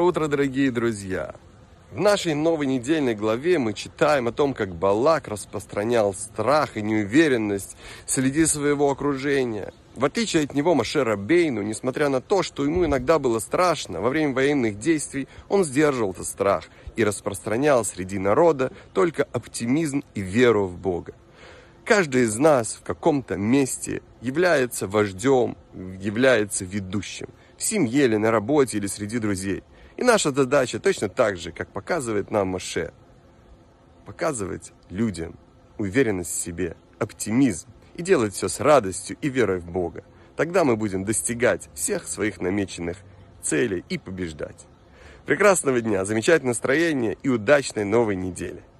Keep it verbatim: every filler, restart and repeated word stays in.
утро, дорогие друзья! В нашей новой недельной главе мы читаем о том, как Балак распространял страх и неуверенность среди своего окружения. В отличие от него Моше Рабейну, несмотря на то, что ему иногда было страшно, во время военных действий он сдерживал этот страх и распространял среди народа только оптимизм и веру в Бога. Каждый из нас в каком-то месте является вождем, является ведущим. В семье или на работе или среди друзей. И наша задача точно так же, как показывает нам Моше, показывать людям уверенность в себе, оптимизм и делать все с радостью и верой в Бога. Тогда мы будем достигать всех своих намеченных целей и побеждать. Прекрасного дня, замечательного настроения и удачной новой недели!